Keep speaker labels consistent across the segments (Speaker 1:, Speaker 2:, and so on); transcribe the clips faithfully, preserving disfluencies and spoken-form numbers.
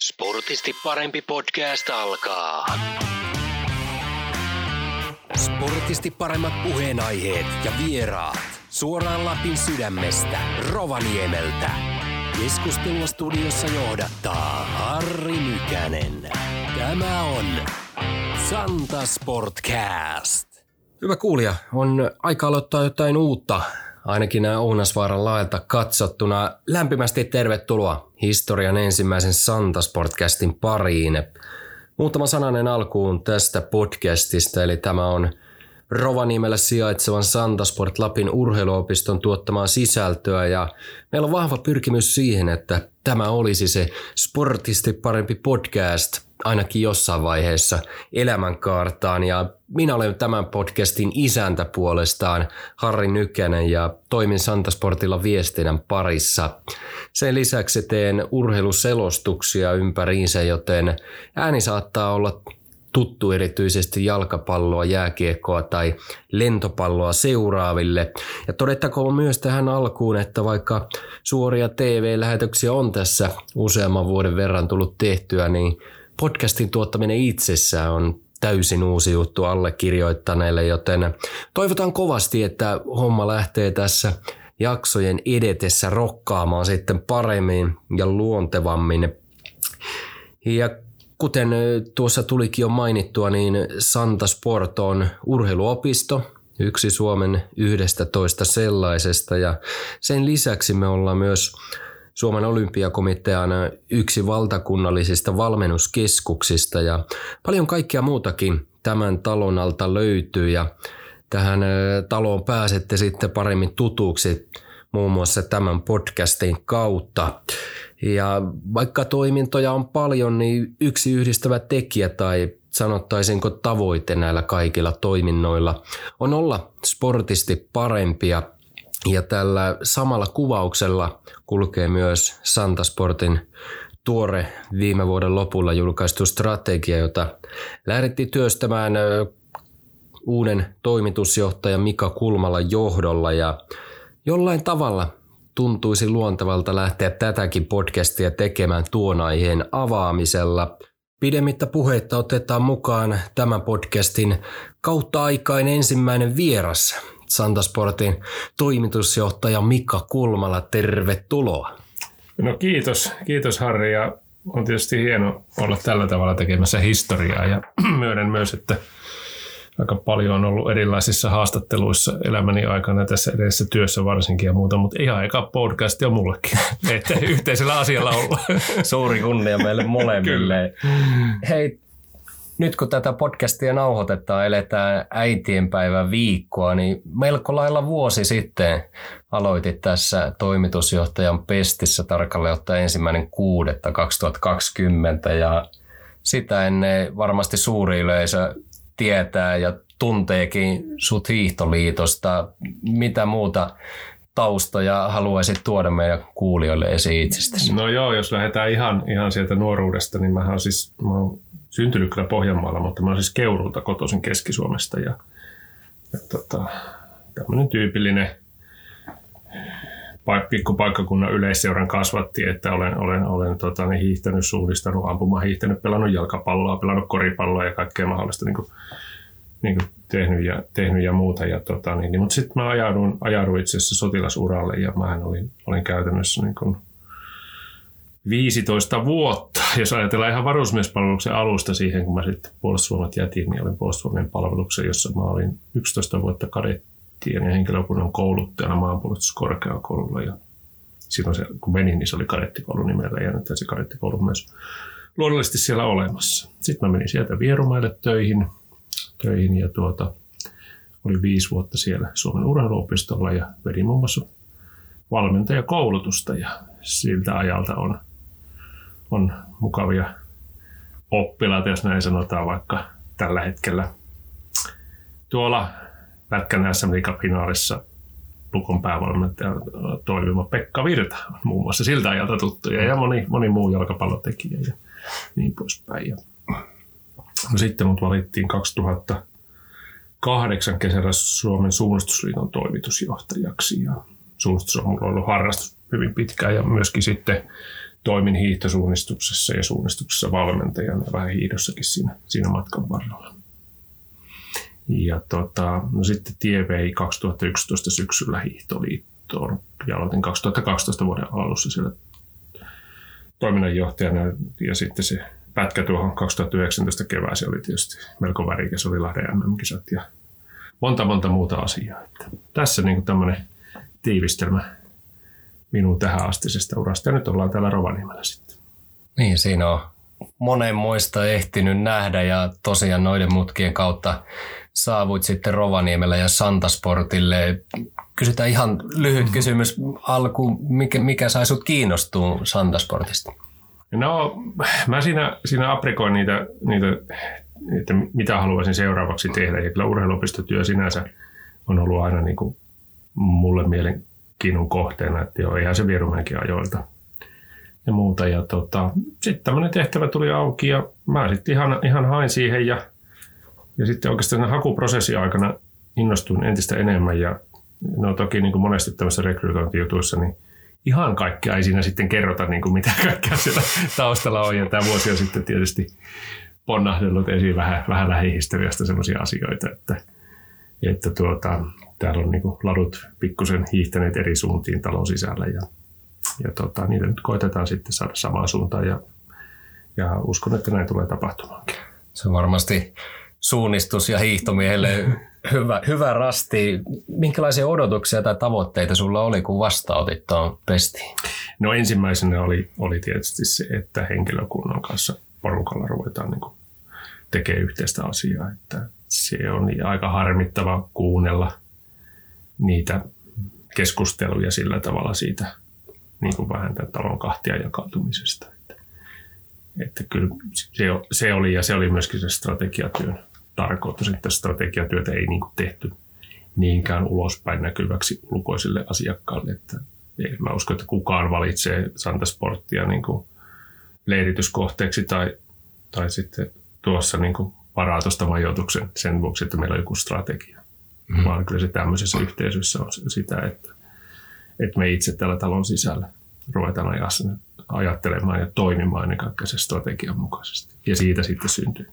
Speaker 1: Sportisti parempi podcast alkaa. Sportisti paremmat puheenaiheet ja vieraat. Suoraan Lapin sydämestä, Rovaniemeltä. Keskustelua studiossa johdattaa Harri Nykänen. Tämä on Santa Sportcast. Hyvä kuulija, on aika aloittaa jotain uutta. Ainakin nämä Ounasvaaran laelta katsottuna. Lämpimästi tervetuloa historian ensimmäisen Santa Sportcastin pariin. Muutama sananen alkuun tästä podcastista, eli tämä on Rovaniemellä sijaitsevan Santa Sport Lapin urheiluopiston tuottamaa sisältöä ja meillä on vahva pyrkimys siihen, että tämä olisi se sportisti parempi podcast ainakin jossain vaiheessa elämänkaartaan ja minä olen tämän podcastin isäntä puolestaan Harri Nykänen ja toimin Santa Sportilla viestinnän parissa. Sen lisäksi teen urheiluselostuksia ympäriinsä, joten ääni saattaa olla tuttu erityisesti jalkapalloa, jääkiekkoa tai lentopalloa seuraaville. Ja todettakoon myös tähän alkuun, että vaikka suoria T V-lähetyksiä on tässä useamman vuoden verran tullut tehtyä, niin podcastin tuottaminen itsessään on täysin uusi juttu allekirjoittaneille, joten toivotaan kovasti, että homma lähtee tässä jaksojen edetessä rokkaamaan sitten paremmin ja luontevammin. Ja kuten tuossa tulikin jo mainittua, niin Santa Sport on urheiluopisto, yksi Suomen yhdestätoista sellaisesta, ja sen lisäksi me ollaan myös Suomen olympiakomitean yksi valtakunnallisista valmennuskeskuksista, ja paljon kaikkea muutakin tämän talon alta löytyy, ja tähän taloon pääsette sitten paremmin tutuksi muun muassa tämän podcastin kautta. Ja vaikka toimintoja on paljon, niin yksi yhdistävä tekijä tai sanottaisinko tavoite näillä kaikilla toiminnoilla on olla sportisti parempia. Ja tällä samalla kuvauksella kulkee myös Santa Sportin tuore viime vuoden lopulla julkaistu strategia, jota lähdettiin työstämään uuden toimitusjohtajan Mika Kulmalan johdolla ja jollain tavalla tuntuisi luontevalta lähteä tätäkin podcastia tekemään tuon aiheen avaamisella. Pidemmittä puheitta otetaan mukaan tämän podcastin kautta aikain ensimmäinen vieras, Santa Sportin toimitusjohtaja Mika Kulmala. Tervetuloa.
Speaker 2: No kiitos, kiitos Harri, ja on tietysti hieno olla tällä tavalla tekemässä historiaa ja myönnän myös, että aika paljon on ollut erilaisissa haastatteluissa elämäni aikana tässä edellisessä työssä varsinkin ja muuta, mutta ihan eka podcasti on mullekin, että yhteisellä asialla olla.
Speaker 3: Suuri kunnia meille molemmille. Hei, nyt kun tätä podcastia nauhoitetaan, eletään äitienpäivän viikkoa, niin melko lailla vuosi sitten aloitit tässä toimitusjohtajan pestissä tarkalleen ottaen ensimmäinen kuudetta kaksituhattakaksikymmentä ja sitä ennen varmasti suuri yleisö tietää ja tunteekin sut Hiihtoliitosta. Mitä muuta taustoja haluaisit tuoda meidän kuulijoille esiin itsestäsi?
Speaker 2: No joo, jos lähdetään ihan, ihan sieltä nuoruudesta, niin mä oon siis mä oon syntynyt kyllä Pohjanmaalla, mutta mä oon siis Keurulta kotoisin Keski-Suomesta. Ja, ja tota, tämmöinen tyypillinen pikkupaikkakunnan yleisseuran kasvatti, että olen, olen, olen tota, niin hiihtänyt, suunnistanut, ampumaan hiihtänyt, pelannut jalkapalloa, pelannut koripalloa ja kaikkea mahdollista niin kuin, niin kuin tehnyt, ja, tehnyt ja muuta. Ja, tota, niin, niin, mutta sitten mä ajauduin, ajauduin itse asiassa sotilasuralle ja mähän olin, olin käytännössä niin kuin viisitoista vuotta. Jos ajatellaan ihan varusmiespalveluksen alusta siihen, kun mä sitten Puolustusvoimat jätin, niin olin Puolustusvoimien palveluksen, jossa mä olin yksitoista vuotta kadetti ja henkilökunnan kouluttajana maanpuolustuskorkeakoululla. Ja silloin se, kun menin, niin se oli kadettikoulu nimellä ja nyt se kadettikoulu myös luonnollisesti siellä olemassa. Sitten mä menin sieltä Vierumäelle töihin, töihin ja tuota, olin viisi vuotta siellä Suomen urheiluopistolla ja vedin muun muassa valmentajakoulutusta ja siltä ajalta on, on mukavia oppilaita, jos näin sanotaan, vaikka tällä hetkellä tuolla Pätkän S M-liigafinaalissa Lukon päävalmentaja toimiva Pekka Virta on muun muassa siltä ajalta tuttuja ja moni, moni muu jalkapallotekijä ja niin poispäin. Ja no sitten mut valittiin kaksituhattakahdeksan kesällä Suomen suunnistusliiton toimitusjohtajaksi ja suunnistus on mulla ollut harrastus hyvin pitkään ja myöskin sitten toimin hiihtosuunnistuksessa ja suunnistuksessa valmentajana ja vähän hiihdossakin siinä, siinä matkan varrella. Ja tota, no sitten tie vei kaksituhattayksitoista syksyllä Hiihtoliittoon ja aloitin kaksituhattakaksitoista vuoden alussa siellä toiminnanjohtajana ja sitten se pätkä tuohon kaksituhattayhdeksäntoista kevääseen oli tietysti melko värikäs, oli Lahden M M-kisat ja monta monta muuta asiaa. Että tässä niin kuin tämmöinen tiivistelmä minun tähän astisesta urasta ja nyt ollaan täällä Rovaniemellä sitten.
Speaker 3: Niin, siinä on monenmoista ehtinyt nähdä ja tosiaan noiden mutkien kautta saavuit sitten Rovaniemellä ja Santasportille. Kysytään ihan lyhyt kysymys alkuun, mikä, mikä sai sut kiinnostua Santasportista?
Speaker 2: No, mä siinä, siinä aprikoin niitä, niitä, että mitä haluaisin seuraavaksi tehdä. Ja kyllä urheiluopistotyö sinänsä on ollut aina niin kuin mulle mielenkiinnon kohteena, että joo, eihän se Vierumäenkin ajoilta ja muuta. Ja tota, sitten tämmöinen tehtävä tuli auki ja mä sitten ihan, ihan hain siihen ja, ja sitten oikeastaan hakuprosessin aikana innostuin entistä enemmän ja no toki niin kuin monesti tämmöisissä rekrytointijutuissa, niin ihan kaikkea ei siinä sitten kerrota, niin kuin mitä kaikkea siellä taustalla on. Ja tämä vuosi on sitten tietysti ponnahdellut esiin vähän, vähän lähihistoriasta sellaisia asioita, että, että tuota, täällä on niin kuin ladut pikkusen hiihtäneet eri suuntiin talon sisällä ja, ja tuota, niitä nyt koitetaan sitten saada samaan suuntaan ja, ja uskon, että näin tulee tapahtumaankin.
Speaker 3: Se on varmasti suunnistus- ja hiihtomiehelle hyvä, hyvä rasti. Minkälaisia odotuksia tai tavoitteita sulla oli, kun vastaanotit tuon pestiin?
Speaker 2: No ensimmäisenä oli, oli tietysti se, että henkilökunnan kanssa porukalla ruvetaan niin kuin tekemään yhteistä asiaa. Että se on aika harmittava kuunnella niitä keskusteluja sillä tavalla siitä niin kuin vähän tämän talon kahtia jakautumisesta. Että, että kyllä se, se oli ja se oli myöskin se strategiatyön tarkoitus, että strategiatyötä ei niin kuin tehty niinkään ulospäin näkyväksi ulkoisille asiakkaille. Että mä uskon, että kukaan valitsee Santasporttia niin kuin leirityskohteeksi tai, tai sitten tuossa niin kuin varaa tuosta majoituksen sen vuoksi, että meillä on joku strategia. Mm-hmm. Vaan kyllä se tämmöisessä yhteisössä on sitä, että, että me itse täällä talon sisällä ruvetaan ajattelemaan ja toimimaan ennen kaikkea se strategian mukaisesti. Ja siitä sitten syntyy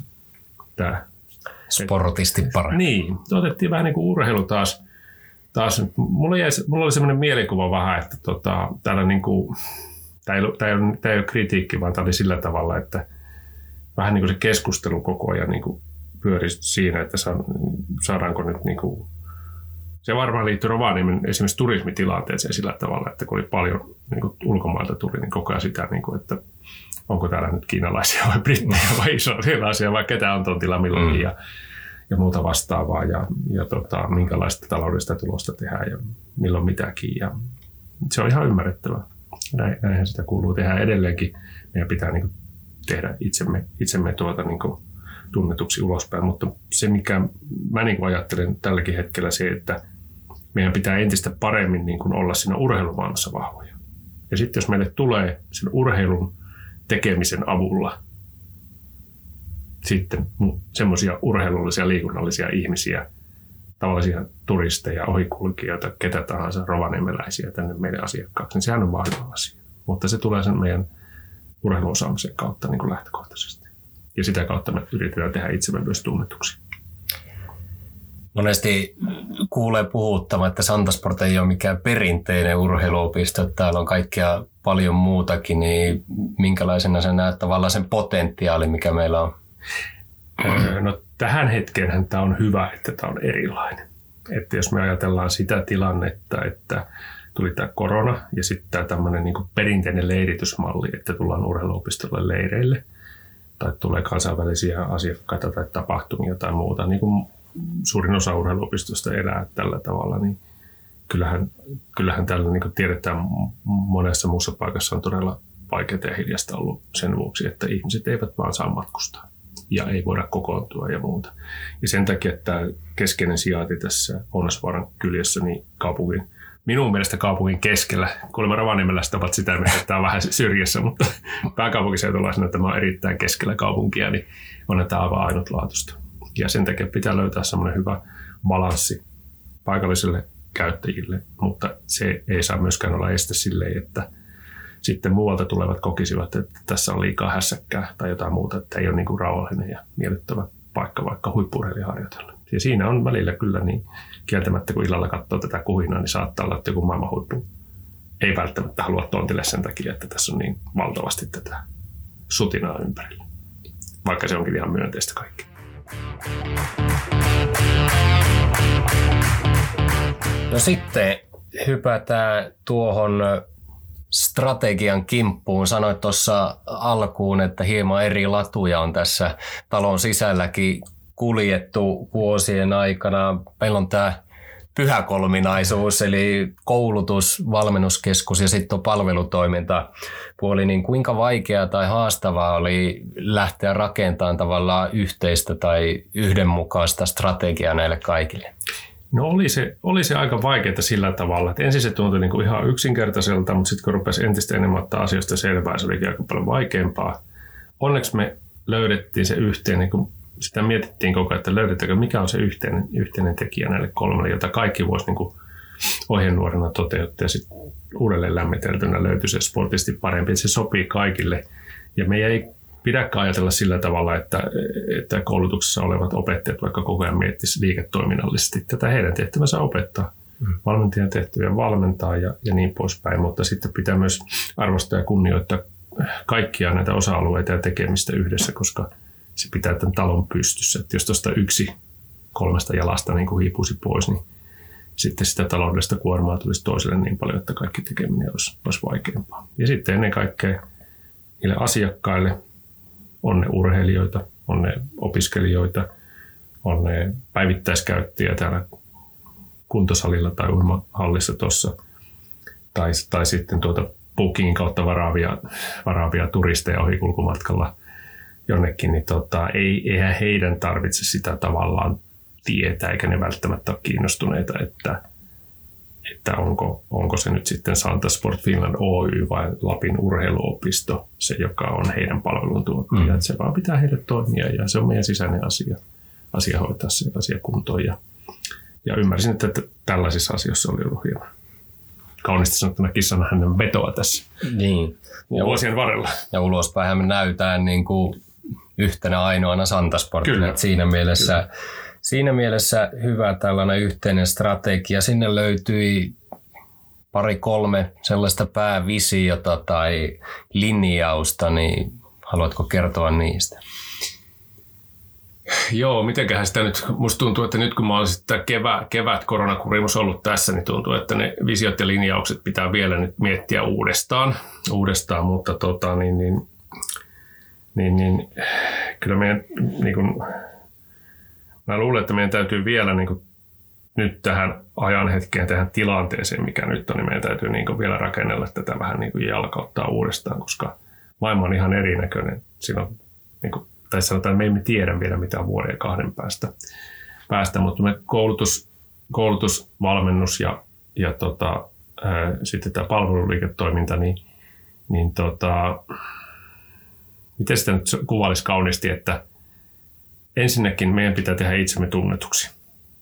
Speaker 2: tämä
Speaker 3: sportisti parempi.
Speaker 2: Niin, otettiin vähän niin kuin urheilu taas. taas. Mulla, jäi, mulla oli semmoinen mielikuva vähän, että tota, täällä niin kuin, tämä ei, tämä, ei ole, tämä ei ole kritiikki, vaan tämä oli sillä tavalla, että vähän niin kuin se keskustelu koko ajan niin kuin pyöri siinä, että saadaanko nyt niin kuin, se varmaan liittyy Rovaniemen esimerkiksi turismitilanteeseen sillä tavalla, että kun oli paljon niin kuin ulkomailta tuli, niin koko ajan sitä, niin kuin, että onko täällä nyt kiinalaisia vai brittejä vai israelilaisia vai ketä on tontilla milloinkin mm. ja, ja muuta vastaavaa ja, ja tota, minkälaista taloudellista tulosta tehdään ja milloin mitäkin. Ja se on ihan ymmärrettävää. Näin, näinhän sitä kuuluu tehdä edelleenkin. Meidän pitää niin kuin tehdä itsemme, itsemme tuota, niin kuin tunnetuksi ulospäin, mutta se mikä mä niin kuin ajattelen tälläkin hetkellä se, että meidän pitää entistä paremmin niin kuin olla siinä urheilumaailmassa vahvoja. Ja sitten jos meille tulee sen urheilun tekemisen avulla sitten semmoisia urheilullisia, liikunnallisia ihmisiä, tavallisia turisteja, ohikulkijoita, ketä tahansa rovaniemeläisiä tänne meidän asiakkaaksi, niin sehän on mahtava asia. Mutta se tulee sen meidän urheiluosaamisen kautta niin kuin lähtökohtaisesti. Ja sitä kautta me yritetään tehdä itsemme myös tunnetuksi.
Speaker 3: Monesti kuulee puhuttava, että Santasport ei ole mikään perinteinen urheiluopisto. Täällä on kaikkea paljon muutakin, niin minkälaisena sä näet tavallaan sen potentiaalin, mikä meillä on?
Speaker 2: No tähän hetkenhän tämä on hyvä, että tämä on erilainen. Että jos me ajatellaan sitä tilannetta, että tuli tämä korona ja sitten tämä tämmöinen niin kuin perinteinen leiritysmalli, että tullaan urheiluopistolle leireille tai tulee kansainvälisiä asiakkaita tai tapahtumia tai muuta, niin kuin suurin osa urheiluopistosta elää tällä tavalla, niin kyllähän, kyllähän täällä niin kuin tiedetään monessa muussa paikassa on todella vaikeaa ja hiljasta ollut sen vuoksi, että ihmiset eivät vaan saa matkustaa ja ei voida kokoontua ja muuta. Ja sen takia, että tämä keskeinen sijainti tässä Ounasvaaran kyljessä, niin kaupungin, minun mielestä kaupungin keskellä, kuulemma Rovaniemeläiset ovat sitä mieltä, että tämä on vähän syrjässä, mutta pääkaupunkiseutulaisena tämä on erittäin keskellä kaupunkia, niin on tämä aivan ainutlaatuista. Ja sen takia pitää löytää semmoinen hyvä balanssi paikallisille käyttäjille, mutta se ei saa myöskään olla este sille, että sitten muualta tulevat kokisivat, että tässä on liikaa hässäkkää tai jotain muuta, että ei ole niin kuin rauhallinen ja miellyttävä paikka vaikka huippu-urheilija harjoitella. Ja siinä on välillä kyllä niin kieltämättä, kun illalla katsoo tätä kuhinaa, niin saattaa olla, että joku maailman huippu ei välttämättä halua tontille sen takia, että tässä on niin valtavasti tätä sutinaa ympärillä. Vaikka se onkin ihan myönteistä kaikki.
Speaker 3: No sitten hypätään tuohon strategian kimppuun. Sanoit tuossa alkuun, että hieman eri latuja on tässä talon sisälläkin kuljettu vuosien aikana. Meillä on tämä pyhäkolminaisuus, eli koulutus, valmennuskeskus ja sitten on palvelutoimintapuoli. Niin kuinka vaikeaa tai haastavaa oli lähteä rakentamaan tavallaan yhteistä tai yhdenmukaista strategiaa näille kaikille?
Speaker 2: No oli se, oli se aika vaikeaa sillä tavalla, että ensin se tuntui niin kuin ihan yksinkertaiselta, mutta sitten kun rupesi entistä enemmän ottaa asioista selvää, se olikin aika paljon vaikeampaa. Onneksi me löydettiin se yhteen, niin kuin sitä mietittiin koko ajan, että löydetäänkö mikä on se yhteinen, yhteinen tekijä näille kolmelle, jota kaikki voisi niin kuin ohjenuorena toteuttaa ja sitten uudelleen lämmiteltynä löytyi se sportisti parempi, että se sopii kaikille. Ja meidän ei pidäkään ajatella sillä tavalla, että, että koulutuksessa olevat opettajat vaikka koko ajan miettisivät liiketoiminnallisesti. Tätä heidän tehtävänsä opettaa. Mm. Valmentajan tehtäviä valmentaa ja, ja niin poispäin, mutta sitten pitää myös arvostaa ja kunnioittaa kaikkia näitä osa-alueita ja tekemistä yhdessä, koska se pitää tämän talon pystyssä. Että jos tuosta yksi kolmesta jalasta niin kuin hiipuisi pois, niin sitten sitä taloudellista kuormaa tulisi toiselle niin paljon, että kaikki tekeminen olisi, olisi vaikeampaa. Ja sitten ennen kaikkea niille asiakkaille on ne urheilijoita, on ne opiskelijoita, on ne päivittäiskäyttäjiä täällä kuntosalilla tai uimahallissa tuossa, tai, tai sitten tuota bookingin kautta varaavia, varaavia turisteja ohikulkumatkalla jonnekin, niin tota, ei, eihän heidän tarvitse sitä tavallaan tietää, eikä ne välttämättä ole kiinnostuneita, että, että onko, onko se nyt sitten Santa Sport Finland Oy vai Lapin urheiluopisto, se joka on heidän palveluntuottaja. Mm. Se vaan pitää heille toimia ja se on meidän sisäinen asia, asia hoitaa se asia kuntoon. Ja, ja ymmärsin, että, että tällaisissa asioissa oli ollut hieman kauniisti sanottuna kissan hänen vetoa tässä
Speaker 3: niin.
Speaker 2: vuosien varrella.
Speaker 3: Ja ulospäinhän me näytään niin kuin yhtenä ainoana Santa Sportina. Siinä mielessä, siinä mielessä hyvä tällainen yhteinen strategia. Sinne löytyi pari kolme sellaista päävisiota tai linjausta, niin haluatko kertoa niistä?
Speaker 2: Joo, mitenköhän sitä nyt, musta tuntuu, että nyt kun mä olisin tämä kevät, kevät koronakurimus ollut tässä, niin tuntuu, että ne visiot ja linjaukset pitää vielä nyt miettiä uudestaan, uudestaan mutta tota, niin, niin, niin, niin, kyllä meidän, niin kun, mä luulen, että meidän täytyy vielä niin kun, nyt tähän ajan hetkeen, tähän tilanteeseen, mikä nyt on, niin meidän täytyy niin kun, vielä rakennella tätä vähän niin kun, jalkauttaa uudestaan, koska maailma on ihan erinäköinen. Siinä on, niin kun, tai sanotaan, että me emme tiedä vielä mitään vuoden ja kahden päästä, päästä mutta me koulutus, koulutus, valmennus ja, ja tota, ää, sitten tämä palveluliiketoiminta, niin, niin tota, miten sitä nyt kuvailisi kauniisti, että ensinnäkin meidän pitää tehdä itsemme tunnetuksi.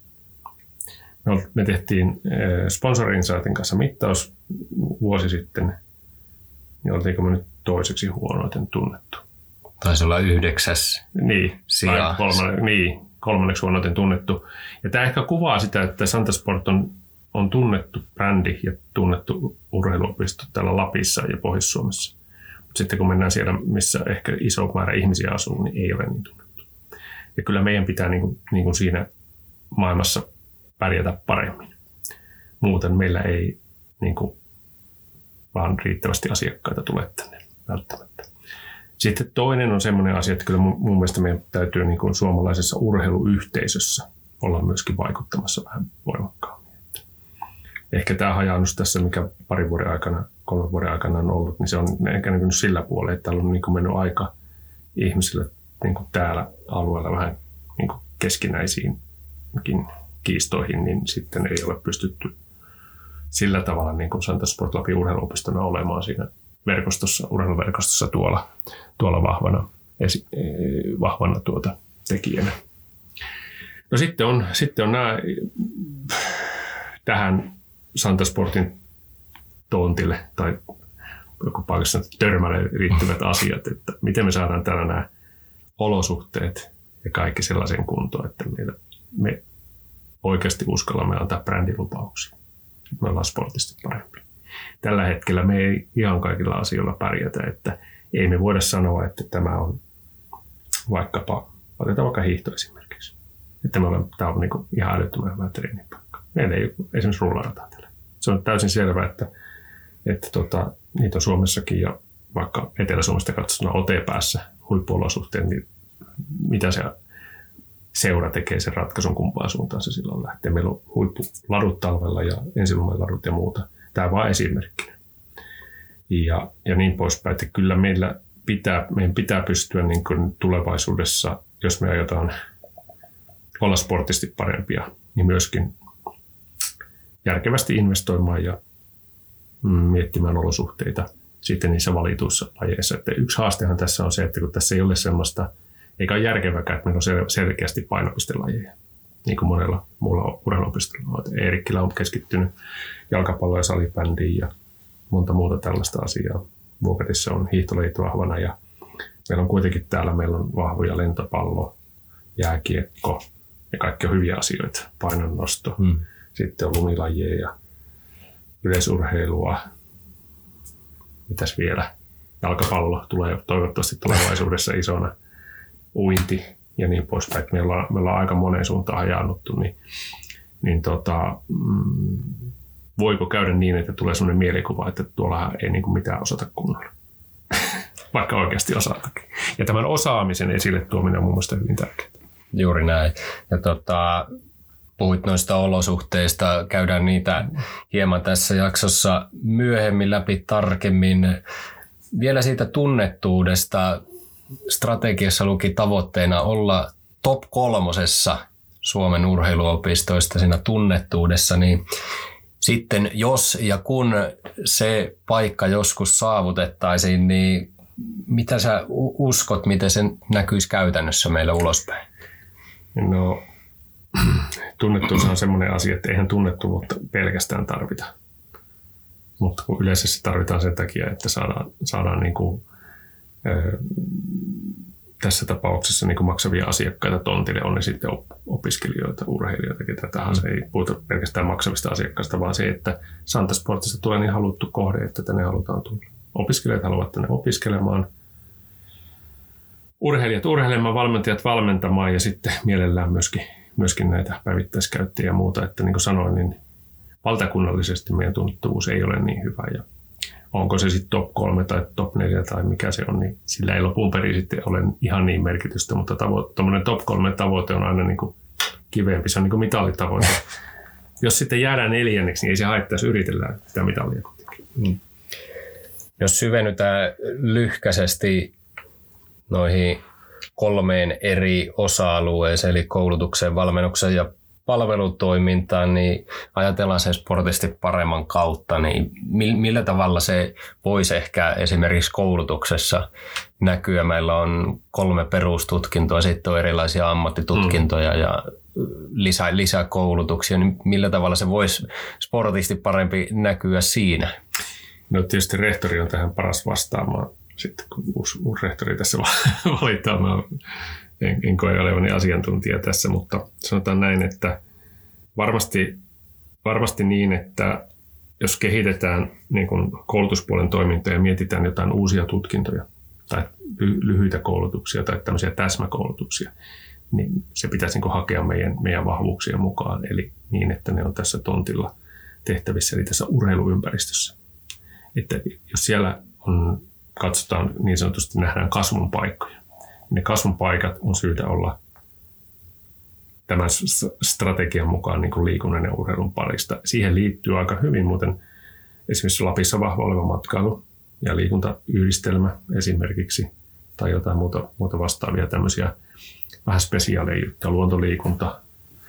Speaker 2: Me, me tehtiin ää, Sponsor Insightin kanssa mittaus vuosi sitten, niin oltiinko me nyt toiseksi huonoiten tunnettu.
Speaker 3: Taisi olla yhdeksäs
Speaker 2: niin,
Speaker 3: sija.
Speaker 2: Kolmanne, niin, kolmanneksi huonoiten tunnettu. Ja tämä ehkä kuvaa sitä, että Santa Sport on, on tunnettu brändi ja tunnettu urheiluopisto täällä Lapissa ja Pohjois-Suomessa. Mutta sitten kun mennään siellä, missä ehkä iso määrä ihmisiä asuu, niin ei ole niin tunnettu. Ja kyllä meidän pitää niin kuin, niin kuin siinä maailmassa pärjätä paremmin. Muuten meillä ei niin kuin, vaan riittävästi asiakkaita tule tänne välttämättä. Sitten toinen on semmoinen asia, että kyllä mun, mun mielestä meidän täytyy niin kuin suomalaisessa urheiluyhteisössä olla myöskin vaikuttamassa vähän voimakkaammin. Ehkä tämä hajaannus tässä, mikä parin vuoden aikana, kolmen vuoden aikana on ollut, niin se on ehkä niin kuin sillä puolella, että täällä on niin kuin mennyt aika ihmisille niin kuin täällä alueella vähän niin kuin keskinäisiinkin kiistoihin, niin sitten ei ole pystytty sillä tavalla niin kuin Santa Sport Lapin urheiluopistona olemaan siinä verkostossa, urheiluverkostossa tuolla, tuolla vahvana, esi, vahvana tuota tekijänä. No sitten on, sitten on nämä tähän Santa Sportin tontille tai joku paikassa törmälle riittävät asiat, että miten me saadaan täällä nämä olosuhteet ja kaikki sellaisen kuntoon, että meillä, me oikeasti uskallamme antaa brändilupauksia. Me ollaan sportisesti parempi. Tällä hetkellä me ei ihan kaikilla asioilla pärjätä, että ei me voida sanoa, että tämä on vaikkapa, otetaan vaikka hiihto esimerkiksi, että me olemme, tämä on niin kuin ihan älyttömän hyvä treenipaikka. Meillä ei esimerkiksi rullarataa tällä. Se on täysin selvää, että, että tota, niitä on Suomessakin ja vaikka Etelä-Suomesta katsottuna otepäässä huippuolosuhteet, niin mitä se seura tekee sen ratkaisun, kumpaan suuntaan se silloin lähtee. Meillä on huippuladut talvella ja ensilumen ladut ja muuta. Tämä vaan esimerkkinä. Ja, ja niin poispäin, että kyllä meillä pitää, meidän pitää pystyä niin kuin tulevaisuudessa, jos me aiotaan olla sportisesti parempia, niin myöskin järkevästi investoimaan ja miettimään olosuhteita sitten niissä valituissa lajeissa. Että yksi haastehan tässä on se, että kun tässä ei ole semmoista, eikä ole järkeväkään, että meillä on selkeästi painopistelajeja, niin kuin monella muulla urheiluopistolla. Eerikkilä on keskittynyt jalkapallo- ja salibändiin ja monta muuta tällaista asiaa. Vuokatissa on hiihtolajit vahvana ja meillä on kuitenkin täällä meillä on vahvoja lentopallo, jääkiekko ja kaikki on hyviä asioita. Painonnosto, hmm. sitten on lumilajeja ja yleisurheilua. Mitäs vielä? Jalkapallo tulee toivottavasti tulevaisuudessa isona. Uinti ja niin poispäin. Me ollaan, me ollaan aika moneen suuntaan hajaannuttu, niin, niin tota, mm, voiko käydä niin, että tulee sellainen mielikuva, että tuolla ei niin kuin mitään osata kunnolla, vaikka oikeasti osatakin. Ja tämän osaamisen esille tuominen on mun mielestä hyvin tärkeää.
Speaker 3: Juuri näin. Ja tota, puhuit noista olosuhteista, käydään niitä hieman tässä jaksossa myöhemmin läpi tarkemmin. Vielä siitä tunnettuudesta. Strategiassa luki tavoitteena olla top kolmosessa Suomen urheiluopistoista siinä tunnettuudessa, niin sitten jos ja kun se paikka joskus saavutettaisiin, niin mitä sä uskot, miten se näkyisi käytännössä meillä ulospäin?
Speaker 2: No, tunnettuus on semmoinen asia, että eihän tunnettuutta pelkästään tarvita, mutta kun yleensä se tarvitaan sen takia, että saadaan, saadaan niin kuin tässä tapauksessa niin kuin maksavia asiakkaita tontille, on ne sitten opiskelijoita, urheilijoita, ketä tahansa. Ei puhuta pelkästään maksavista asiakkaista, vaan se, että Santasportista tulee niin haluttu kohde, että tänne halutaan tulla. Opiskelijat haluavat tänne opiskelemaan, urheilijat urheilemaan, valmentajat valmentamaan ja sitten mielellään myöskin, myöskin näitä päivittäiskäyttäjiä ja muuta. Että niin kuin sanoin, niin valtakunnallisesti meidän tunnettavuus ei ole niin hyvä ja onko se sitten top kolme tai top neljä tai mikä se on, niin sillä ei lopun perin sitten ole ihan niin merkitystä, mutta tuommoinen top kolme tavoite on aina niin kuin kivempi, se on niin kuin mitalitavoite. Jos sitten jäädään neljänneksi, niin ei se haittaisi, yritellään sitä mitalia kuitenkin. Mm.
Speaker 3: Jos syvennytään lyhkäisesti noihin kolmeen eri osa-alueeseen, eli koulutukseen, valmennukseen ja palvelutoimintaan, niin ajatellaan sen sportisti paremman kautta, niin millä tavalla se voisi ehkä esimerkiksi koulutuksessa näkyä? Meillä on kolme perustutkintoa, sitten on erilaisia ammattitutkintoja mm. ja lisä, lisäkoulutuksia, niin millä tavalla se voisi sportisti parempi näkyä siinä?
Speaker 2: No tietysti rehtori on tähän paras vastaamaan, sitten kun uusi, uusi rehtori tässä valitaan. Mä En, en koe olevani asiantuntija tässä, mutta sanotaan näin, että varmasti, varmasti niin, että jos kehitetään niin kuin koulutuspuolen toimintoja ja mietitään jotain uusia tutkintoja tai lyhyitä koulutuksia tai tämmöisiä täsmäkoulutuksia, niin se pitäisi niin kuin hakea meidän, meidän vahvuuksien mukaan, eli niin, että ne on tässä tontilla tehtävissä, eli tässä urheiluympäristössä. Että jos siellä on, katsotaan niin sanotusti, nähdään kasvun paikkoja, ne kasvun paikat on syytä olla tämän strategian mukaan niin kuin liikunnan ja urheilun parista. Siihen liittyy aika hyvin muuten esimerkiksi Lapissa vahva oleva matkailu ja liikuntayhdistelmä esimerkiksi tai jotain muuta, muuta vastaavia tämmöisiä vähän spesiaaleja juttuja, luontoliikunta,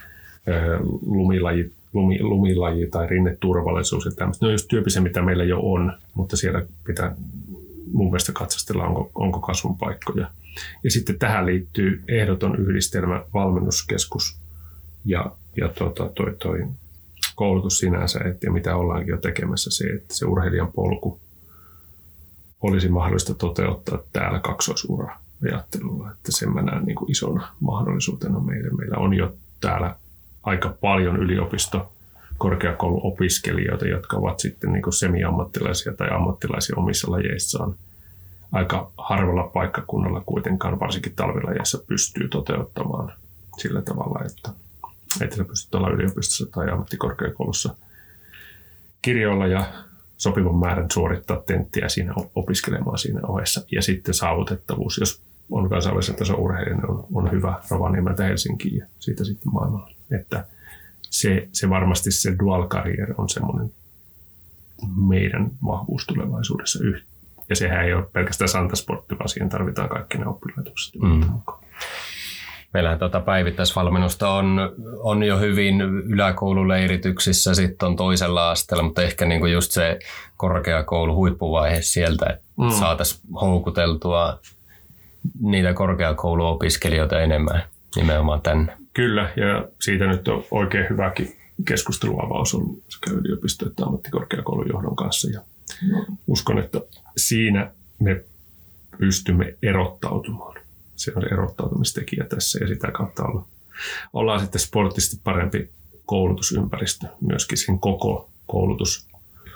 Speaker 2: lumilaji, lumi, lumilaji tai rinneturvallisuus ja tämmöistä. Ne on just tyyppisiä, mitä meillä jo on, mutta siellä pitää mun mielestä katsastella, onko, onko kasvun paikkoja. Ja sitten tähän liittyy ehdoton yhdistelmä, valmennuskeskus ja, ja tuota, toi, toi koulutus sinänsä, et, ja mitä ollaankin jo tekemässä, se, että se urheilijan polku olisi mahdollista toteuttaa täällä kaksoisura-ajattelulla. Että sen mä näen niin kuin isona mahdollisuutena meille. Meillä on jo täällä aika paljon yliopisto korkeakouluopiskelijoita, jotka ovat sitten niin kuin semi-ammattilaisia tai ammattilaisia omissa lajeissaan. Aika harvalla paikkakunnalla kuitenkaan, varsinkin talvilajeissa, pystyy toteuttamaan sillä tavalla, että, että sä pystyt olla yliopistossa tai ammattikorkeakoulussa kirjoilla ja sopivan määrän suorittaa tenttiä siinä opiskelemaan siinä ohessa. Ja sitten saavutettavuus, jos on kansainvälisen tason urheilija, niin on, on hyvä Rovaniemeltä Helsinkiin ja siitä sitten maailmalla. Että se, se varmasti se dual career on semmoinen meidän vahvuus tulevaisuudessa. Ja sehän ei ole pelkästään Santasportti, vaan siihen tarvitaan kaikki ne oppilaitokset. Mm.
Speaker 3: Meillähän tuota päivittäisvalmennusta on, on jo hyvin yläkoululeirityksissä, sitten on toisella asteella, mutta ehkä niinku just se korkeakoulu huippuvaihe sieltä, että mm. saataisiin houkuteltua niitä korkeakouluopiskelijoita enemmän nimenomaan tänne.
Speaker 2: Kyllä, ja siitä nyt on oikein hyväkin keskusteluavaus ollut sekä yliopisto- että ammattikorkeakoulun johdon kanssa. Ja uskon, että siinä me pystymme erottautumaan. Se on erottautumistekijä tässä ja sitä kautta olla, ollaan sitten sportisesti parempi koulutusympäristö myöskin sen koko koulutus-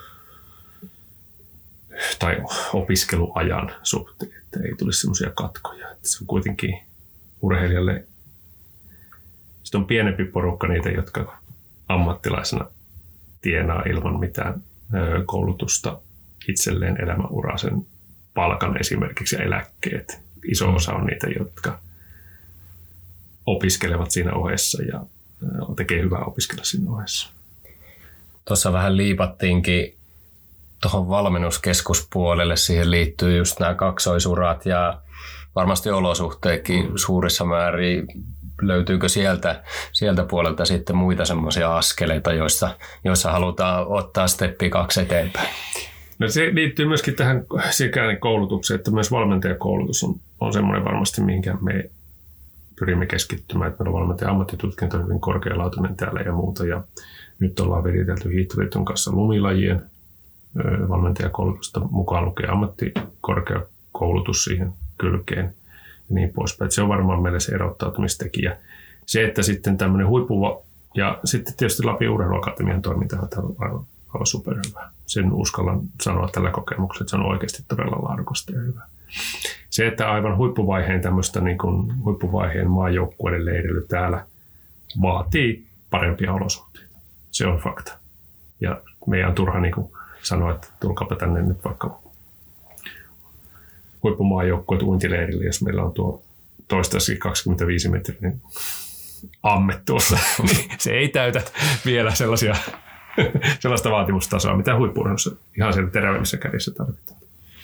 Speaker 2: tai opiskeluajan suhteen, että ei tulisi semmoisia katkoja. Että se on kuitenkin urheilijalle, sitten on pienempi porukka niitä, jotka ammattilaisena tienaa ilman mitään koulutusta itselleen elämänuraa sen palkan esimerkiksi ja eläkkeet. Iso osa on niitä, jotka opiskelevat siinä ohessa ja tekee hyvää opiskella siinä ohessa.
Speaker 3: Tuossa vähän liipattiinkin tuohon valmennuskeskuspuolelle. Siihen liittyy just nämä kaksoisurat ja varmasti olosuhteetkin mm. suurissa määrin. Löytyykö sieltä, sieltä puolelta sitten muita semmoisia askeleita, joissa, joissa halutaan ottaa steppi kaksi eteenpäin?
Speaker 2: No se liittyy myöskin tähän sekä koulutukseen, että myös valmentajakoulutus on, on semmoinen varmasti, mihinkä me pyrimme keskittymään. Että meillä on valmentaja ammattitutkinto hyvin korkealaatuinen täällä ja muuta. Ja nyt ollaan viritelty Hiihtoliiton kanssa lumilajien valmentajakoulutusta mukaan lukee ammattikorkeakoulutus siihen kylkeen ja niin poispäin. Että se on varmaan meille se erottautumistekijä. Se, että sitten tämmöinen huippuva ja sitten tietysti Lapin Urheiluakatemian toiminta on aivan aivan superhyvä. Sen uskallan sanoa tällä kokemuksella, että se on oikeasti todella laadukasta ja hyvä. Se, että aivan huippuvaiheen tämmöistä niin kuin huippuvaiheen maajoukkueiden leirily täällä vaatii parempia olosuhteita. Se on fakta. Ja meidän on turha niin kuin sanoa, että tulkaapa tänne nyt vaikka huippumaajoukkueet uintileirille, jos meillä on tuo toistaiseksi kaksikymmentäviisi metrinen amme tuossa, niin se ei täytä vielä sellaisia sellaista vaatimustasoa, mitä huippu-urheilussa ihan siellä terävimmissä kädissä tarvitaan.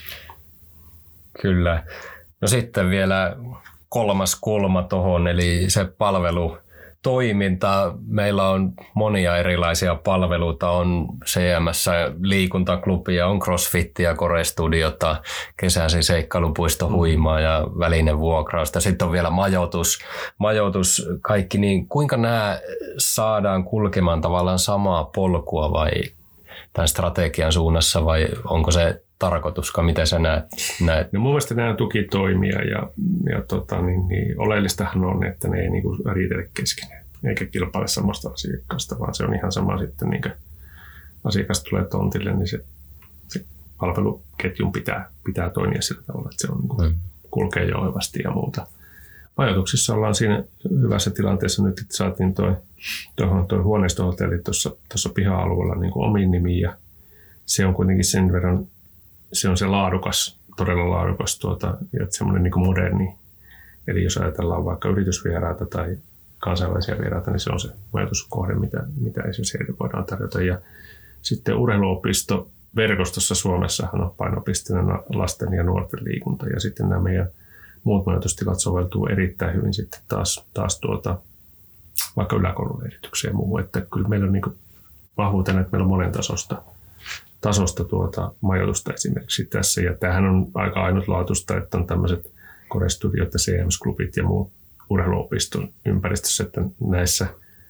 Speaker 3: Kyllä. No sitten vielä kolmas kulma tuohon, eli se palvelutoiminta. Meillä on monia erilaisia palveluita. On C M S liikuntaklubia, on crossfittiä, korestudiota, kesäsi seikkailupuisto huimaa ja välinevuokrausta. Sitten on vielä majoitus, majoitus kaikki. Niin kuinka nämä saadaan kulkemaan tavallaan samaa polkua vai tämän strategian suunnassa vai onko se tarkoituskaan, miten sä näet? näet?
Speaker 2: No mun mielestä nämä tukitoimia ja, ja tota, niin, niin, oleellistahan on, että ne ei niin kuin riitele keskenään eikä kilpaile samasta asiakkaasta, vaan se on ihan sama sitten, niin kuin asiakas tulee tontille, niin se, se palveluketjun pitää, pitää toimia sillä tavalla, että se on, niin kuin, kulkee jouhevasti ja muuta. Majoituksissa ollaan siinä hyvässä tilanteessa nyt, että saatiin toi, toi huoneistohotelli tuossa, tuossa piha-alueella niin kuin omiin nimiin ja se on kuitenkin sen verran, se on se laadukas, todella laadukas tuota, ja semmoinen niin kuin moderni. Eli jos ajatellaan vaikka yritysvieraita tai kansainvälisiä vieraita, niin se on se majoituskohde, mitä, mitä esimerkiksi heille voidaan tarjota. Ja sitten urheiluopisto verkostossa Suomessahan on painopisteena lasten ja nuorten liikunta. Ja sitten nämä meidän muut majoitustilat soveltuu erittäin hyvin sitten taas, taas tuota, vaikka yläkoululeiritykseen ja muu. Että kyllä meillä on niin kuin vahvuutena, että meillä on monen tasosta tasosta tuota majoitusta esimerkiksi tässä. Ja tämähän on aika ainutlaatuista, että on tämmöiset korestudiot ja C M S-klubit ja muut urheiluopiston ympäristössä, että näissä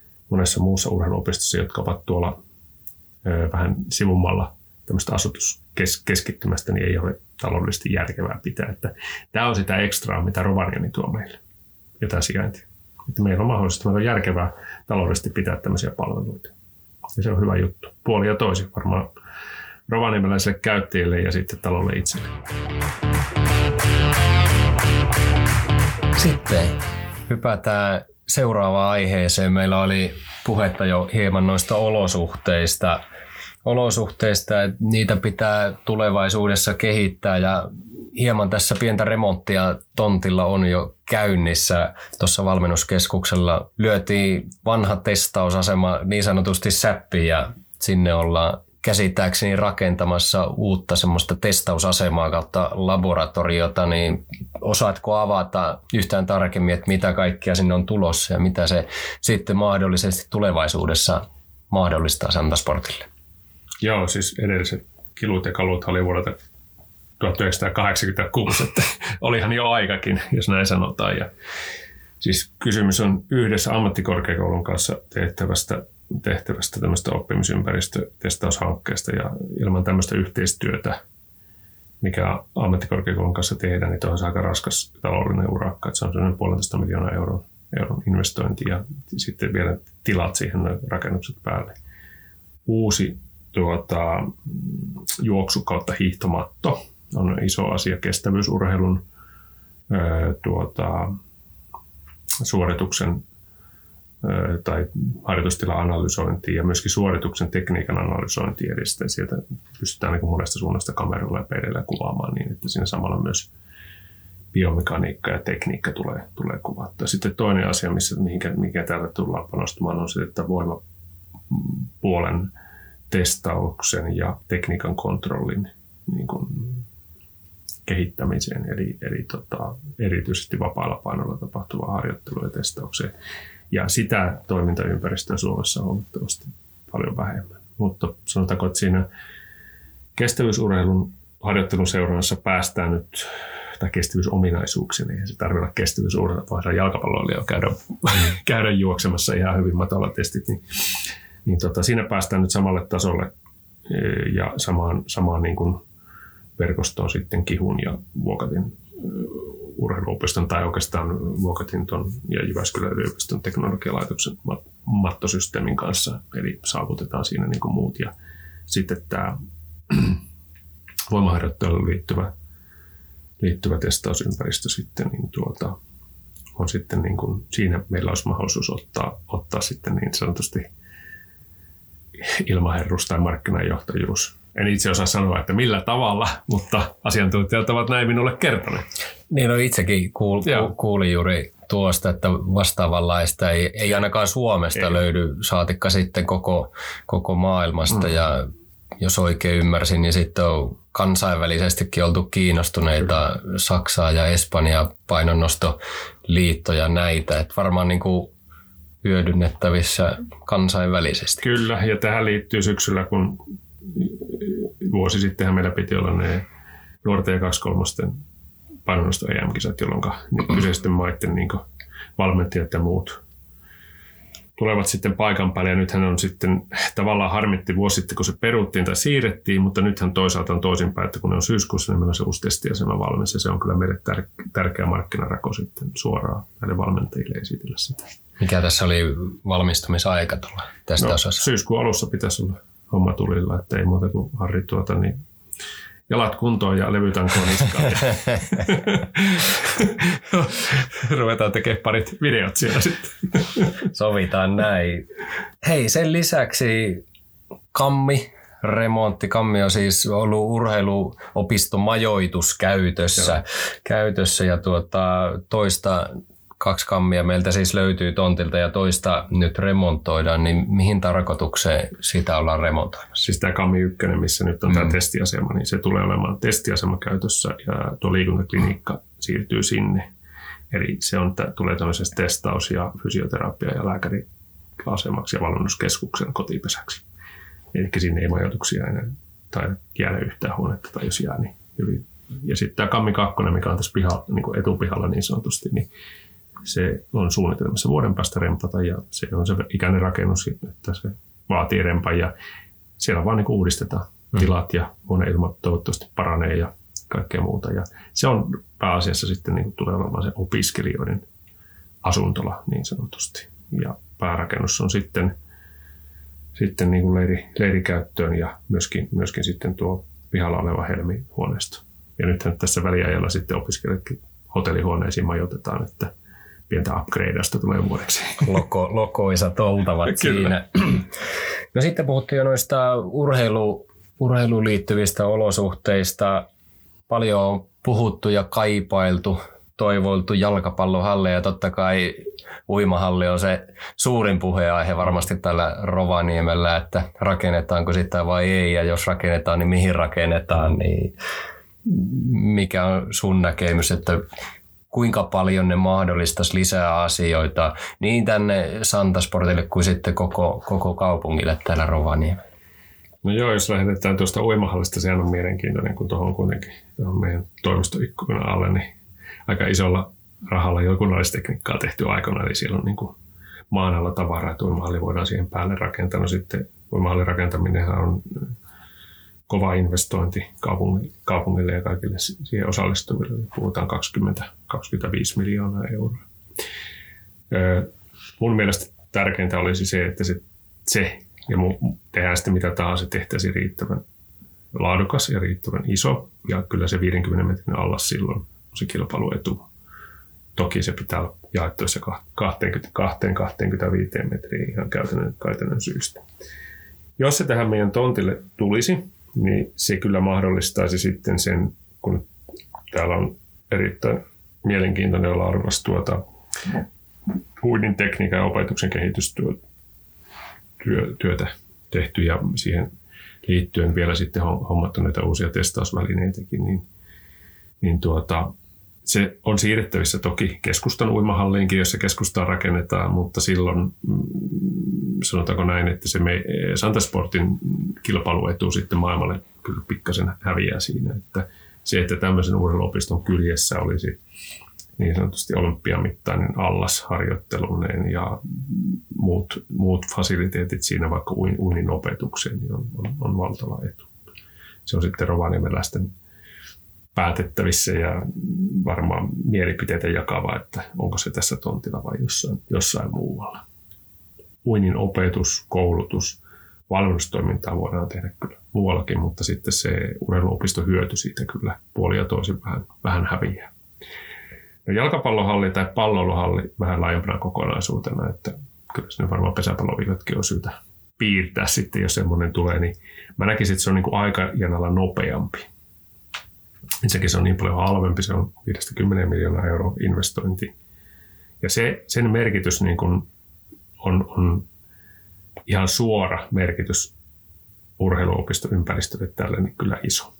Speaker 2: monessa muussa urheiluopistossa, jotka ovat tuolla ö, vähän sivummalla tämmöistä asutus, kes- keskittymästä niin ei ole taloudellisesti järkevää pitää. Että tämä on sitä ekstraa, mitä Rovaniemi tuo meille ja tämä sijainti. Että meillä on mahdollista, meillä on järkevää taloudellisesti pitää tämmöisiä palveluita. Ja se on hyvä juttu. Puoli ja toisin varmaan rovaniemeläisille käyttäjille ja sitten talolle itselle.
Speaker 3: Sitten hypätään seuraavaan aiheeseen. Meillä oli puhetta jo hieman noista olosuhteista. Olosuhteista, että niitä pitää tulevaisuudessa kehittää ja hieman tässä pientä remonttia tontilla on jo käynnissä. Tuossa valmennuskeskuksella lyötiin vanha testausasema niin sanotusti säppiin ja sinne ollaan käsittääkseni rakentamassa uutta semmoista testausasemaa kautta laboratoriota, niin osaatko avata yhtään tarkemmin, että mitä kaikkea sinne on tulossa ja mitä se sitten mahdollisesti tulevaisuudessa mahdollistaa Santasportille?
Speaker 2: Joo, siis edelliset kilut ja kalut oli vuodelta tuhatyhdeksänsataakahdeksankymmentäkuusi, että olihan jo aikakin, jos näin sanotaan. Ja siis kysymys on yhdessä ammattikorkeakoulun kanssa tehtävästä, tehtävästä tämmöistä oppimisympäristötestaushankkeesta ja ilman tämmöistä yhteistyötä, mikä ammattikorkeakoulun kanssa tehdään, niin tuohon on aika raskas taloudellinen urakka, että se on sellainen puolentoista miljoonaa euron, euron investointi ja sitten vielä tilat siihen rakennukset päälle. Uusi tuota, juoksu kautta hiihtomatto on iso asia kestävyysurheilun ää, tuota, suorituksen ää, tai harjoitustila-analysointiin ja myöskin suorituksen tekniikan analysointiin. Eli sieltä pystytään niin kuin monesta suunnasta kameralla ja peilillä kuvaamaan niin, että siinä samalla myös biomekaniikka ja tekniikka tulee, tulee kuvattua. Sitten toinen asia, missä, mihinkä, mikä täällä tullaan panostamaan, on se, että voimapuolen testauksen ja tekniikan kontrollin niin kuin kehittämiseen, eli, eli tota, erityisesti vapaalla painolla tapahtuvaa harjoittelua ja testaukseen. Ja sitä toimintaympäristöä Suomessa on huomattavasti paljon vähemmän. Mutta sanotaanko, että siinä kestävyysurheilun harjoittelun seurannassa päästään nyt, tai kestävyysominaisuuksiin, eihän se tarvitse olla kestävyysurheilua, voidaan jalkapalloilija käydä, käydä juoksemassa ihan hyvin matala testit, niin Niin tota, siinä päästään nyt samalle tasolle ja samaan, samaan niin kuin verkostoon sitten Kihun ja Vuokatin urheiluopiston tai oikeastaan Vuokatin ton ja Jyväskylän yliopiston teknologialaitoksen mattosysteemin kanssa. Eli saavutetaan siinä niin kuin muut. Ja sitten tämä voimaharjoitteluun liittyvä, liittyvä testausympäristö sitten, niin tuota, on sitten niin kuin, siinä meillä olisi mahdollisuus ottaa, ottaa sitten niin sanotusti ilmaherrus tai markkinajohtajuus. En itse osaa sanoa, että millä tavalla, mutta asiantuntijat ovat näin minulle kertoneet.
Speaker 3: Niin, no itsekin kuul, ku, kuulin juuri tuosta, että vastaavanlaista ei, ei ainakaan Suomesta ei löydy, saatikka sitten koko, koko maailmasta. Mm. Ja jos oikein ymmärsin, niin sitten on kansainvälisestikin oltu kiinnostuneita Kyllä. Saksaa ja Espanjaa painonnostoliittoja näitä. Että varmaan niin kuin hyödynnettävissä kansainvälisesti.
Speaker 2: Kyllä, ja tähän liittyy syksyllä, kun vuosi sittenhän meillä piti olla ne nuorten ja kaksikolmosten painonnosto E M-kisat, jolloin kyseisten maiden niin valmentajat ja muut tulevat sitten paikan päälle. Ja nythän on sitten tavallaan harmitti vuosi sitten, kun se peruttiin tai siirrettiin, mutta nythän toisaalta on toisinpäin, että kun ne on syyskuussa, niin meillä on se uusi testiasema valmis, ja se on kyllä meille tär- tärkeä markkinarako sitten suoraan näille valmentajille esitellä sitä.
Speaker 3: Mikä tässä oli valmistumisaika tulla tästä
Speaker 2: no,
Speaker 3: osassa?
Speaker 2: Syyskuun alussa pitäisi olla homma tulilla, että ei muuta kuin Harri tuota, niin jalat kuntoon ja levytankoon niskaan. Ruvetaan tekemään parit videot siellä sitten.
Speaker 3: Sovitaan näin. Hei, sen lisäksi Kammi, remontti. Kammi on siis ollut urheiluopistomajoitus käytössä, käytössä ja tuota, toista kaksi kammia meiltä siis löytyy tontilta ja toista nyt remontoidaan, niin mihin tarkoitukseen sitä ollaan remontoimassa?
Speaker 2: Siis tämä Kammi ykkönen, missä nyt on mm. tämä testiasema, niin se tulee olemaan testiasema käytössä ja tuo liikuntaklinikka siirtyy sinne. Eli se on, tulee tämmöisestä testaus- ja fysioterapia- ja lääkäriasemaksi ja valmennuskeskuksen kotipesäksi. Eli sinne ei majoituksia enää tai jäädä yhtään huonetta tai jos jää, niin hyvin. Ja sitten tämä Kammi kakkonen, mikä on tässä piha, niin kuin etupihalla niin sanotusti, niin se on suunnitelmassa vuoden päästä rempata ja se on se ikäinen rakennus, että se vaatii rempan ja siellä vaan niin uudistetaan, tilat ja huoneilmat toivottavasti paranee ja kaikkea muuta. Ja se on pääasiassa sitten niin kuin tulee olemaan se opiskelijoiden asuntola niin sanotusti. Ja päärakennus on sitten, sitten niin kuin leiri, leirikäyttöön ja myöskin, myöskin sitten tuo pihalla oleva helmihuoneisto. Ja nythän tässä väliajalla sitten opiskelijatkin hotellihuoneisiin majoitetaan, että pientä upgradeasta tulee vuodeksi.
Speaker 3: Loko, lokoisat oltavat siinä. No sitten puhuttiin jo noista urheilu, urheiluun liittyvistä olosuhteista. Paljon on puhuttu ja kaipailtu, toivoiltu jalkapallohalleja ja totta kai uimahalli on se suurin puheenaihe varmasti tällä Rovaniemellä, että rakennetaanko sitä vai ei ja jos rakennetaan, niin mihin rakennetaan, niin mikä on sun näkemys, että kuinka paljon ne mahdollistaisi lisää asioita niin tänne Santasportille kuin sitten koko, koko kaupungille täällä Rovaniemellä?
Speaker 2: No joo, jos lähdetään tuosta uimahallista, sehän on mielenkiintoinen, kun tuohon kuitenkin tuohon meidän toimistoikkunan alle, niin aika isolla rahalla jokunnallistekniikkaa tehty aikana, eli siellä on niin kuin maan alla tavaraa, että uimahalli voidaan siihen päälle rakentaa. No sitten uimahallin rakentaminenhan on kova investointi kaupungille ja kaikille siihen osallistuville. Puhutaan kaksikymmentä kaksikymmentäviisi miljoonaa euroa. Mun mielestä tärkeintä olisi se, että se, se ja tehdään sitten mitä tahansa, tehtäisiin riittävän laadukas ja riittävän iso. Ja kyllä se viidenkymmenen metrin allas silloin on se kilpailuetu. Toki se pitää olla jaettuissa kaksikymmentä kaksikymmentäviisi metriä ihan käytännön, käytännön syystä. Jos se tähän meidän tontille tulisi, niin se kyllä mahdollistaisi sitten sen, kun täällä on erittäin mielenkiintoinen ja laadukas tuota uinnin tekniikan ja opetuksen kehitystyötä tehty ja siihen liittyen vielä sitten hommattu näitä uusia testausvälineitäkin, niin, niin tuota, se on siirrettävissä toki keskustan uimahalliinkin, jossa keskustaa rakennetaan, mutta silloin sanotaanko näin, että se me, Santasportin kilpailuetu sitten maailmalle kyllä pikkasen häviää siinä, että se, että tämmöisen urheiluopiston kyljessä olisi niin sanotusti olympiamittainen allas harjoitteluneen ja muut, muut fasiliteetit siinä vaikka uinnin opetukseen, niin on, on, on valtava etu. Se on sitten rovaniemeläisten päätettävissä ja varmaan mielipiteitä jakava, että onko se tässä tontilla vai jossain, jossain muualla. Uinnin opetus, koulutus, valmennustoimintaa voidaan tehdä kyllä muuallakin, mutta sitten se urheiluopiston hyöty siitä kyllä puoli ja toisin vähän, vähän häviää. No jalkapallohalli tai palloiluhalli vähän laajempana kokonaisuutena, että kyllä sinne varmaan pesäpalloviikotkin on syytä piirtää sitten, jos semmoinen tulee, niin mä näkisin, että se on niin kuin aikajanalla nopeampi. Ensinnäkin se on niin paljon halvempi, se on viidestä kymmeneen miljoonaa euroa investointi. Ja se, sen merkitys niin kuin on, on ihan suora merkitys urheiluopistoympäristölle tälle niin kyllä iso.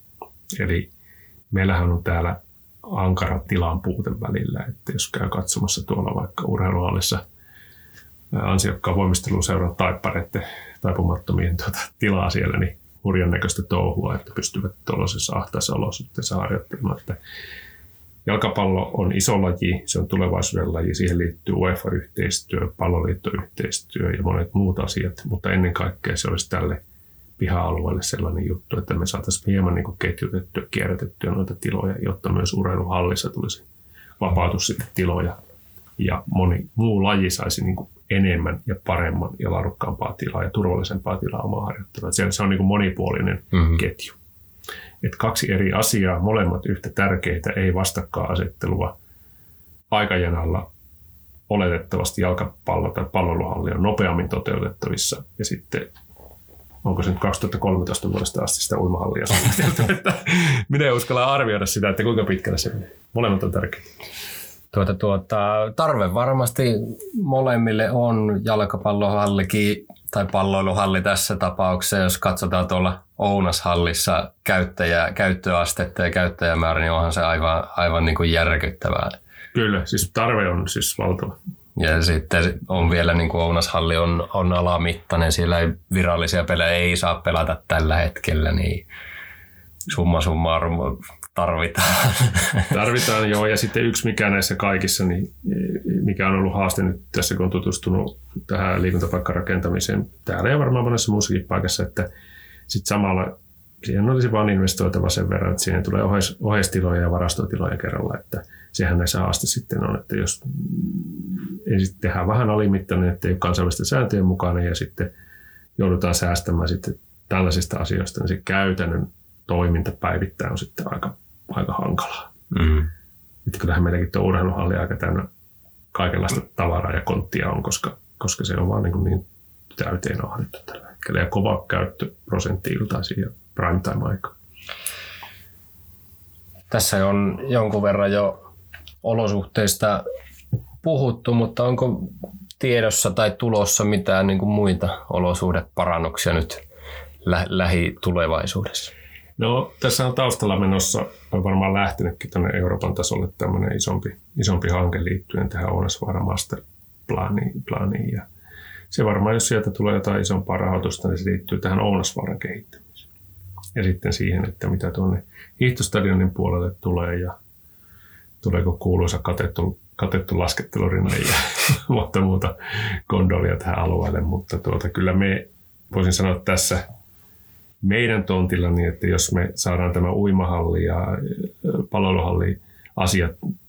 Speaker 2: Eli meillähän on täällä ankara tilan puute välillä, että jos käy katsomassa tuolla vaikka urheiluhallissa ansiokkaan voimisteluseuran taippareiden taipumattomien tuota, tilaa siellä, niin hurjan näköistä touhua, että pystyvät tuollaisessa ahtaissa olosuhteissa harjoittelemaan. Että jalkapallo on iso laji, se on tulevaisuuden laji, siihen liittyy UEFA-yhteistyö, palloliittoyhteistyö ja monet muut asiat, mutta ennen kaikkea se olisi tälle piha-alueelle sellainen juttu, että me saataisiin hieman niin kuin ketjutettyä, kierrätettyä noita tiloja, jotta myös urheiluhallissa tulisi vapautus sitten tiloja ja moni muu laji saisi niin kuin enemmän ja paremman ja laadukkaampaa tilaa ja turvallisempaa tilaa omaa harjoittelua. Se, se on niin kuin monipuolinen mm-hmm. ketju. Et kaksi eri asiaa, molemmat yhtä tärkeitä, ei vastakkainasettelua. Aikajanalla oletettavasti jalkapallo tai palloiluhalli on nopeammin toteutettavissa ja sitten onko se nyt kaksituhattakolmetoista vuodesta asti sitä uimahallia suunniteltu, että minä en uskalla arvioida sitä, että kuinka pitkälle se menee. Molemmat on tärkeitä.
Speaker 3: Tuota, tuota, tarve varmasti molemmille on jalkapallohallikin tai palloiluhalli tässä tapauksessa. Jos katsotaan tuolla Ounashallissa käyttäjä, käyttöastetta ja käyttäjämäärä, niin onhan se aivan, aivan niin kuin järkyttävää.
Speaker 2: Kyllä, siis tarve on siis valtava.
Speaker 3: Ja sitten on vielä niin kuin Ounashalli on, on alamittainen, siellä ei virallisia pelejä ei saa pelata tällä hetkellä, niin summa summarum tarvitaan. Tarvitaan joo, ja sitten yksi mikä näissä kaikissa, niin mikä on ollut haaste nyt tässä, kun on tutustunut tähän liikuntapaikkarakentamiseen täällä ja varmaan monessa muussakin paikassa, että sitten samalla
Speaker 2: siihen olisi vaan investoitava sen verran, että siihen tulee oheis, oheistiloja ja varastotiloja kerralla, että sehän näissä haaste sitten on, että jos ensin tehdään vähän alimittainen, että ei ole kansainvälisten sääntöjen mukana ja sitten joudutaan säästämään sitten tällaisista asioista, niin se käytännön toiminta päivittäin on sitten aika, aika hankalaa. Mm-hmm. Että kyllähän meilläkin tuo urheiluhalli aika täynnä kaikenlaista tavaraa ja konttia on, koska, koska se on vaan niin, niin täyteen ahdettu tällä hetkellä. Ja kova käyttöprosentti iltaisin ja prime time aikaa.
Speaker 3: Tässä on jonkun verran jo olosuhteista puhuttu, mutta onko tiedossa tai tulossa mitään niin kuin muita olosuhdeparannuksia nyt lä- lähitulevaisuudessa?
Speaker 2: No tässä on taustalla menossa, on varmaan lähtenytkin tuonne Euroopan tasolle tämmöinen isompi, isompi hanke liittyen tähän Ounasvaaran masterplaniin. Ja se varmaan, jos sieltä tulee jotain isompaa rahoitusta, niin se liittyy tähän Ounasvaaran kehittämiseen. Ja sitten siihen, että mitä tuonne hiihtostadionin puolelle tulee ja tuleeko kuuluisa katettu, katettu laskettelurinne ja monta muuta gondolia tähän alueelle. Mutta tuota, kyllä me, voisin sanoa tässä meidän tontilla, niin että jos me saadaan tämä uimahalli ja palveluhalli asiat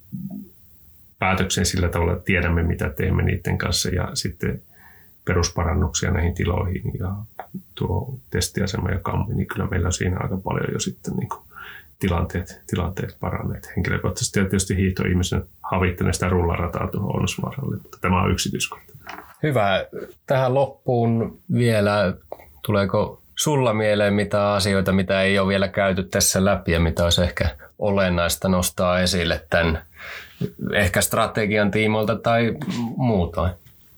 Speaker 2: päätökseen sillä tavalla, että tiedämme mitä teemme niiden kanssa ja sitten perusparannuksia näihin tiloihin ja tuo testiasema ja kammi, niin kyllä meillä on siinä aika paljon jo sitten niin kuin tilanteet, tilanteet paranneet. Henkilökohtaisesti ja tietysti hiihtoihmisen havittelen sitä rullarataa tuohon Ounasvaaralle, mutta tämä on yksityiskohta.
Speaker 3: Hyvä. Tähän loppuun vielä, tuleeko sulla mieleen mitä asioita, mitä ei ole vielä käyty tässä läpi ja mitä olisi ehkä olennaista nostaa esille tämän ehkä strategian tiimoilta tai muutoin?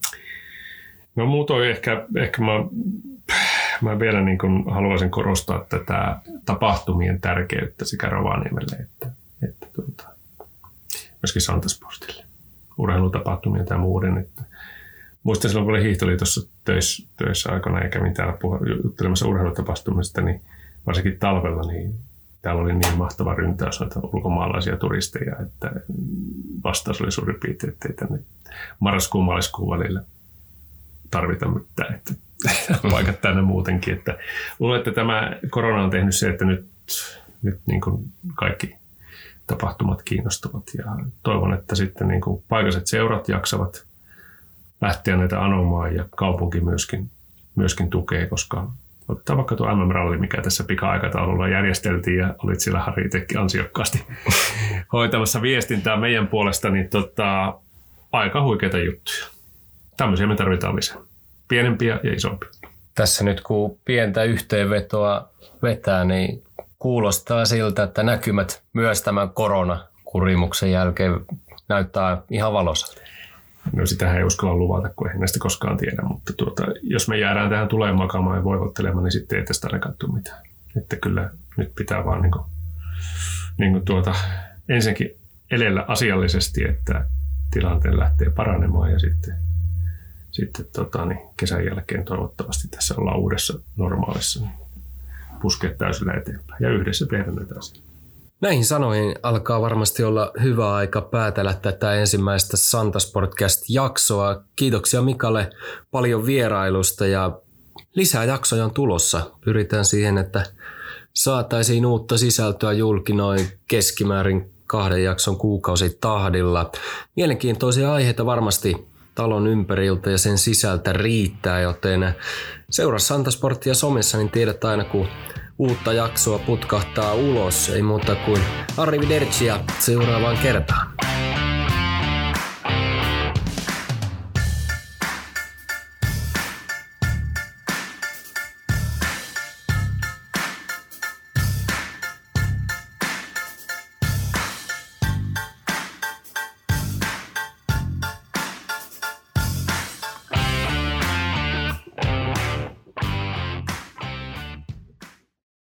Speaker 2: No muutoin ehkä, ehkä mä, mä vielä niin kuin haluaisin korostaa tätä tapahtumien tärkeyttä sekä Rovaniemelle että, että tuota, myöskin Santasportille. Urheilutapahtumia tai muuden. Että muistan silloin, kun olin Hiihtoliitossa töissä, töissä aikana ja kävin täällä juttelemassa urheilutapahtumista, niin varsinkin talvella niin täällä oli niin mahtava ryntäys noita ulkomaalaisia turisteja, että vastaus oli suurin piirtein, että ei tänne marraskuun maaliskuun välillä tarvita mitään, että paikat tänne muutenkin. Että luulen, että tämä korona on tehnyt se, että nyt, nyt niin kuin kaikki tapahtumat kiinnostavat ja toivon, että sitten niin kuin paikalliset seurat jaksavat lähteä näitä anomaan ja kaupunki myöskin, myöskin tukee, koska otetaan vaikka tuo M M-ralli, mikä tässä pika-aikataululla järjesteltiin ja olit siellä Harri itsekin ansiokkaasti hoitamassa viestintää meidän puolesta, niin tota, aika huikeita juttuja. Tämmöisiä me tarvitaan lisää. Pienempiä ja isompia. Tässä nyt kun pientä yhteenvetoa vetää, niin kuulostaa siltä, että näkymät myös tämän koronakurimuksen jälkeen näyttää ihan valoisalta. No sitähän ei uskalla luvata, kun ei näistä koskaan tiedä, mutta tuota, jos me jäädään tähän tuleen makaamaan ja voivottelemaan, niin sitten ei tästä ainakaan tule mitään. Että kyllä nyt pitää vaan niin kuin, niin kuin tuota, ensinnäkin elellä asiallisesti, että tilanteen lähtee paranemaan ja sitten, sitten tota, niin kesän jälkeen toivottavasti tässä ollaan uudessa normaalissa niin puskea täysillä eteenpäin ja yhdessä tehdä näitä asioita.
Speaker 3: Näihin sanoihin alkaa varmasti olla hyvä aika päätellä tätä ensimmäistä Santasportcast-jaksoa. Kiitoksia Mikalle paljon vierailusta ja lisää jaksoja on tulossa. Pyritään siihen, että saataisiin uutta sisältöä julki noin keskimäärin kahden jakson kuukausitahdilla. Mielenkiintoisia aiheita varmasti talon ympäriltä ja sen sisältä riittää, joten seuraa Santasporttia somessa, niin tiedät aina kun uutta jaksoa putkahtaa ulos. Ei muuta kuin arrivederci ja seuraavaan kertaan.